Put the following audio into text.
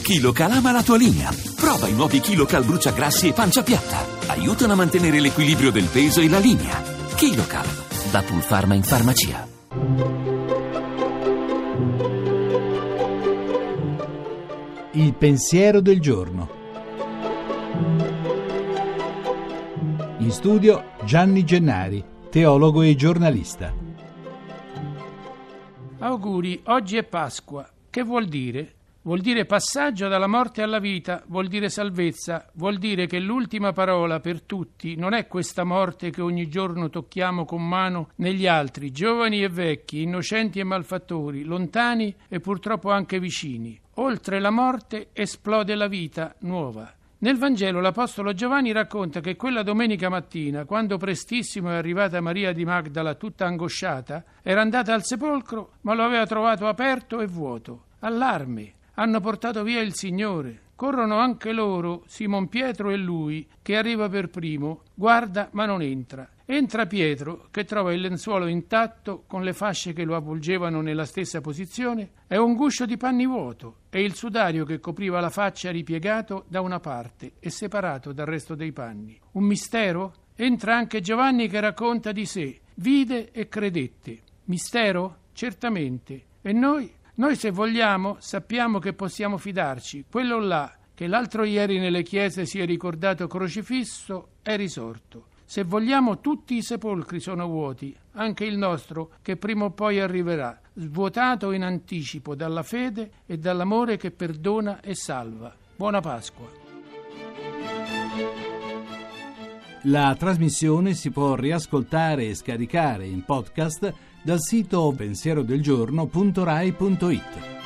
KiloCal ama la tua linea. Prova i nuovi KiloCal bruciagrassi e pancia piatta. Aiutano a mantenere l'equilibrio del peso e la linea. KiloCal, da Pulpharma in farmacia. Il pensiero del giorno. In studio Gianni Gennari, teologo e giornalista. Auguri, oggi è Pasqua. Che vuol dire? Vuol dire passaggio dalla morte alla vita, vuol dire salvezza, vuol dire che l'ultima parola per tutti non è questa morte che ogni giorno tocchiamo con mano negli altri, giovani e vecchi, innocenti e malfattori, lontani e purtroppo anche vicini. Oltre la morte esplode la vita nuova. Nel Vangelo l'Apostolo Giovanni racconta che quella domenica mattina, quando prestissimo è arrivata Maria di Magdala tutta angosciata, era andata al sepolcro ma lo aveva trovato aperto e vuoto. Allarme! Hanno portato via il Signore. Corrono anche loro, Simon Pietro e lui, che arriva per primo, guarda ma non entra. Entra Pietro, che trova il lenzuolo intatto, con le fasce che lo avvolgevano nella stessa posizione, e un guscio di panni vuoto, e il sudario che copriva la faccia ripiegato da una parte e separato dal resto dei panni. Un mistero? Entra anche Giovanni che racconta di sé. Vide e credette. Mistero? Certamente. E noi? Noi se vogliamo sappiamo che possiamo fidarci. Quello là che l'altro ieri nelle chiese si è ricordato crocifisso è risorto. Se vogliamo tutti i sepolcri sono vuoti, anche il nostro che prima o poi arriverà, svuotato in anticipo dalla fede e dall'amore che perdona e salva. Buona Pasqua. La trasmissione si può riascoltare e scaricare in podcast dal sito pensierodelgiorno.rai.it.